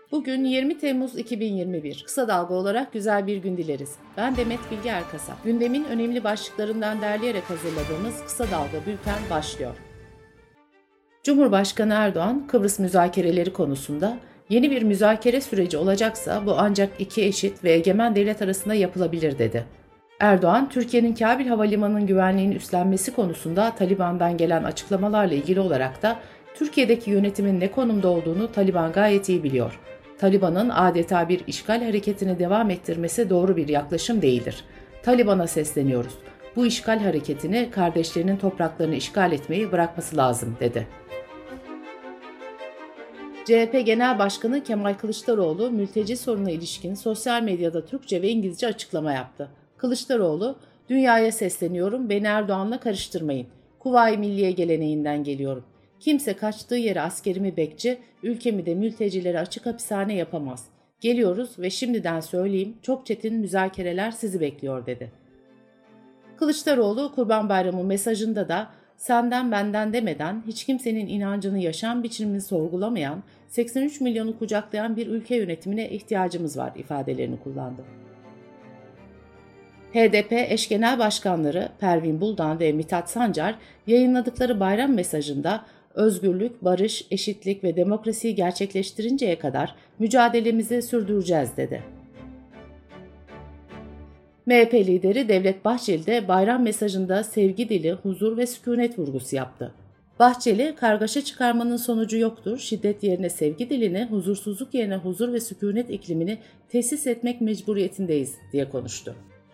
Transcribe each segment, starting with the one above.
Bugün 20 Temmuz 2021. Kısa Dalga olarak güzel bir gün dileriz. Ben Demet Bilge Erkasap. Gündemin önemli başlıklarından derleyerek hazırladığımız Kısa Dalga bülten başlıyor. Cumhurbaşkanı Erdoğan, Kıbrıs müzakereleri konusunda yeni bir müzakere süreci olacaksa bu ancak iki eşit ve egemen devlet arasında yapılabilir dedi. Erdoğan, Türkiye'nin Kabil Havalimanı'nın güvenliğini üstlenmesi konusunda Taliban'dan gelen açıklamalarla ilgili olarak da Türkiye'deki yönetimin ne konumda olduğunu Taliban gayet iyi biliyor. Taliban'ın adeta bir işgal hareketini devam ettirmesi doğru bir yaklaşım değildir. Taliban'a sesleniyoruz. Bu işgal hareketini kardeşlerinin topraklarını işgal etmeyi bırakması lazım dedi. CHP Genel Başkanı Kemal Kılıçdaroğlu, mülteci sorununa ilişkin sosyal medyada Türkçe ve İngilizce açıklama yaptı. Kılıçdaroğlu, "Dünyaya sesleniyorum, beni Erdoğan'la karıştırmayın. Kuvayi Milliye geleneğinden geliyorum. Kimse kaçtığı yere askerimi bekçi, ülkemi de mültecilere açık hapishane yapamaz. Geliyoruz ve şimdiden söyleyeyim, çok çetin müzakereler sizi bekliyor" dedi. Kılıçdaroğlu, Kurban Bayramı mesajında da senden benden demeden, hiç kimsenin inancını, yaşam biçimini sorgulamayan, 83 milyonu kucaklayan bir ülke yönetimine ihtiyacımız var ifadelerini kullandı. HDP eş genel başkanları Pervin Buldan ve Mithat Sancar yayınladıkları bayram mesajında özgürlük, barış, eşitlik ve demokrasiyi gerçekleştirinceye kadar mücadelemizi sürdüreceğiz dedi. MHP lideri Devlet Bahçeli de bayram mesajında sevgi dili, huzur ve sükunet vurgusu yaptı. Bahçeli, kargaşa çıkarmanın sonucu yoktur, şiddet yerine sevgi dilini, huzursuzluk yerine huzur ve sükunet iklimini tesis etmek mecburiyetindeyiz diye konuştu.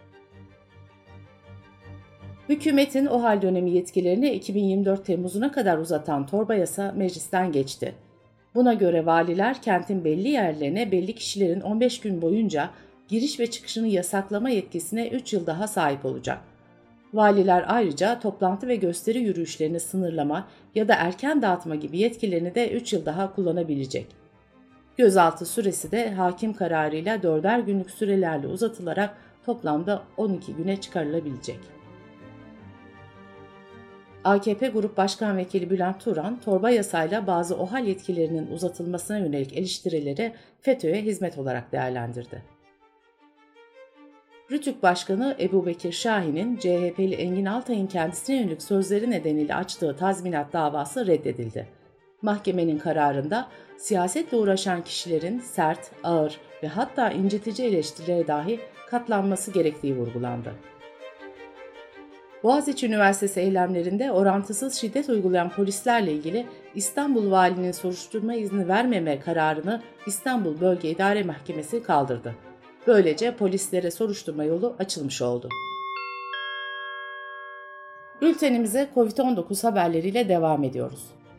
Hükümetin OHAL dönemi yetkilerini 2024 Temmuz'una kadar uzatan torba yasa meclisten geçti. Buna göre valiler kentin belli yerlerine belli kişilerin 15 gün boyunca giriş ve çıkışını yasaklama yetkisine 3 yıl daha sahip olacak. Valiler ayrıca toplantı ve gösteri yürüyüşlerini sınırlama ya da erken dağıtma gibi yetkilerini de 3 yıl daha kullanabilecek. Gözaltı süresi de hakim kararıyla 4'er günlük sürelerle uzatılarak toplamda 12 güne çıkarılabilecek. AKP Grup Başkan Vekili Bülent Turan, torba yasayla bazı OHAL yetkilerinin uzatılmasına yönelik eleştirileri FETÖ'ye hizmet olarak değerlendirdi. Rütük Başkanı Ebubekir Şahin'in CHP'li Engin Altay'ın kendisine yönelik sözleri nedeniyle açtığı tazminat davası reddedildi. Mahkemenin kararında siyasetle uğraşan kişilerin sert, ağır ve hatta incitici eleştirilere dahi katlanması gerektiği vurgulandı. Boğaziçi Üniversitesi eylemlerinde orantısız şiddet uygulayan polislerle ilgili İstanbul Valiliğinin soruşturma izni vermeme kararını İstanbul Bölge İdare Mahkemesi kaldırdı. Böylece polislere soruşturma yolu açılmış oldu. Bültenimize COVID-19 haberleriyle devam ediyoruz.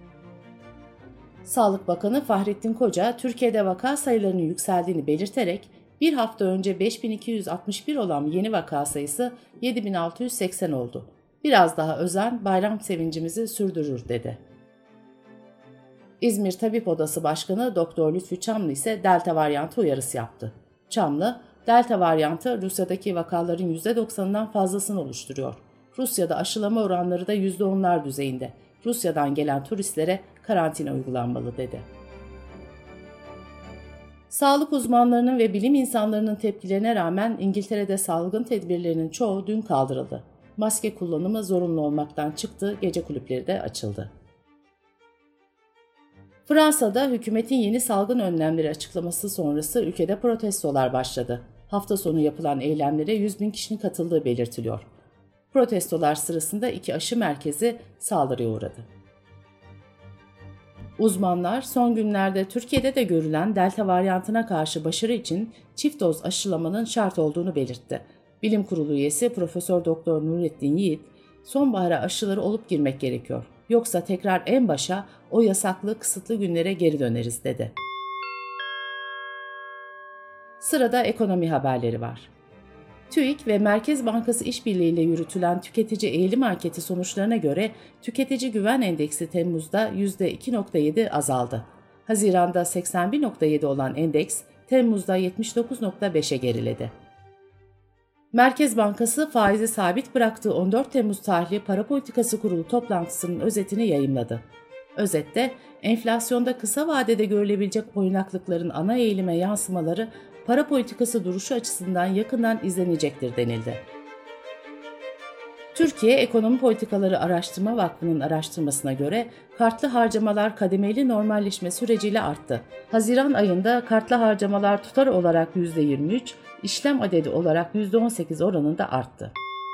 Sağlık Bakanı Fahrettin Koca, Türkiye'de vaka sayılarının yükseldiğini belirterek, bir hafta önce 5261 olan yeni vaka sayısı 7680 oldu. Biraz daha özen bayram sevincimizi sürdürür dedi. İzmir Tabip Odası Başkanı Doktor Lütfü Çamlı ise Delta varyantı uyarısı yaptı. Çamlı, Delta varyantı Rusya'daki vakaların %90'ından fazlasını oluşturuyor. Rusya'da aşılama oranları da %10'lar düzeyinde. Rusya'dan gelen turistlere karantina uygulanmalı dedi. Sağlık uzmanlarının ve bilim insanlarının tepkilerine rağmen İngiltere'de salgın tedbirlerinin çoğu dün kaldırıldı. Maske kullanımı zorunlu olmaktan çıktı, gece kulüpleri de açıldı. Fransa'da hükümetin yeni salgın önlemleri açıklaması sonrası ülkede protestolar başladı. Hafta sonu yapılan eylemlere 100.000 kişinin katıldığı belirtiliyor. Protestolar sırasında 2 aşı merkezi saldırıya uğradı. Uzmanlar son günlerde Türkiye'de de görülen Delta varyantına karşı başarı için çift doz aşılamanın şart olduğunu belirtti. Bilim Kurulu üyesi Profesör Doktor Nurettin Yiğit, sonbahara aşıları olup girmek gerekiyor. Yoksa tekrar en başa o yasaklı kısıtlı günlere geri döneriz dedi. Sırada ekonomi haberleri var. TÜİK ve Merkez Bankası işbirliğiyle yürütülen tüketici eğilim anketi sonuçlarına göre tüketici güven endeksi Temmuz'da %2.7 azaldı. Haziran'da 81.7 olan endeks Temmuz'da 79.5'e geriledi. Merkez Bankası faizi sabit bıraktığı 14 Temmuz tarihli Para Politikası Kurulu toplantısının özetini yayımladı. Özette, enflasyonda kısa vadede görülebilecek oynaklıkların ana eğilime yansımaları para politikası duruşu açısından yakından izlenecektir denildi. Türkiye Ekonomi Politikaları Araştırma Vakfı'nın araştırmasına göre kartlı harcamalar kademeli normalleşme süreciyle arttı. Haziran ayında kartlı harcamalar tutar olarak %23, işlem adedi olarak %18 oranında arttı.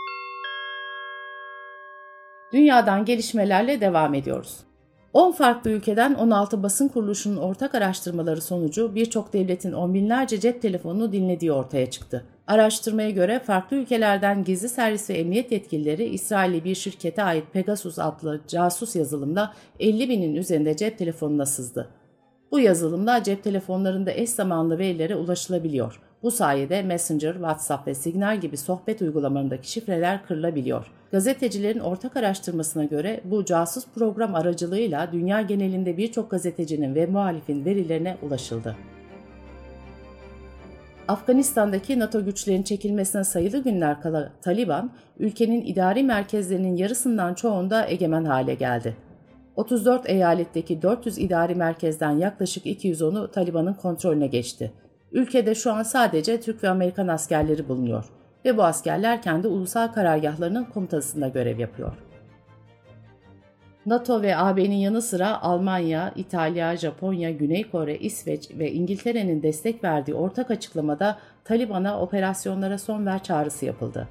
Dünyadan gelişmelerle devam ediyoruz. 10 farklı ülkeden 16 basın kuruluşunun ortak araştırmaları sonucu birçok devletin on binlerce cep telefonunu dinlediği ortaya çıktı. Araştırmaya göre farklı ülkelerden gizli servis ve emniyet yetkilileri İsrailli bir şirkete ait Pegasus adlı casus yazılımla 50 binin üzerinde cep telefonuna sızdı. Bu yazılımda cep telefonlarında eş zamanlı verilere ulaşılabiliyor. Bu sayede Messenger, WhatsApp ve Signal gibi sohbet uygulamalarındaki şifreler kırılabiliyor. Gazetecilerin ortak araştırmasına göre bu casus program aracılığıyla dünya genelinde birçok gazetecinin ve muhalifin verilerine ulaşıldı. Afganistan'daki NATO güçlerinin çekilmesine sayılı günler kala Taliban, ülkenin idari merkezlerinin yarısından çoğunda egemen hale geldi. 34 eyaletteki 400 idari merkezden yaklaşık 210'u Taliban'ın kontrolüne geçti. Ülkede şu an sadece Türk ve Amerikan askerleri bulunuyor ve bu askerler kendi ulusal karargahlarının komutasında görev yapıyor. NATO ve AB'nin yanı sıra Almanya, İtalya, Japonya, Güney Kore, İsveç ve İngiltere'nin destek verdiği ortak açıklamada Taliban'a operasyonlara son ver çağrısı yapıldı.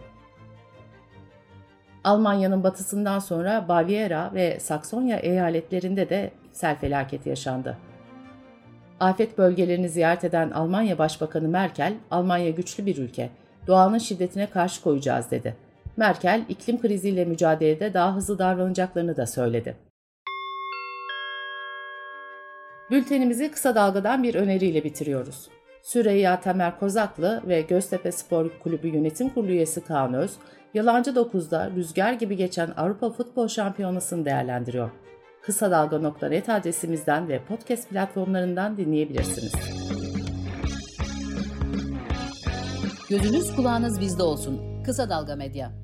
Almanya'nın batısından sonra Bavyera ve Saksonya eyaletlerinde de sel felaketi yaşandı. Afet bölgelerini ziyaret eden Almanya Başbakanı Merkel, Almanya güçlü bir ülke, doğanın şiddetine karşı koyacağız dedi. Merkel, iklim kriziyle mücadelede daha hızlı davranacaklarını da söyledi. Bültenimizi kısa dalgadan bir öneriyle bitiriyoruz. Süreyya Tamer Kozaklı ve Göztepe Spor Kulübü Yönetim Kurulu üyesi Kaan Öz, Yalancı 9'da rüzgar gibi geçen Avrupa Futbol Şampiyonası'nı değerlendiriyor. Kısadalga.net adresimizden ve podcast platformlarından dinleyebilirsiniz. Gözünüz kulağınız bizde olsun. Kısa Dalga Medya.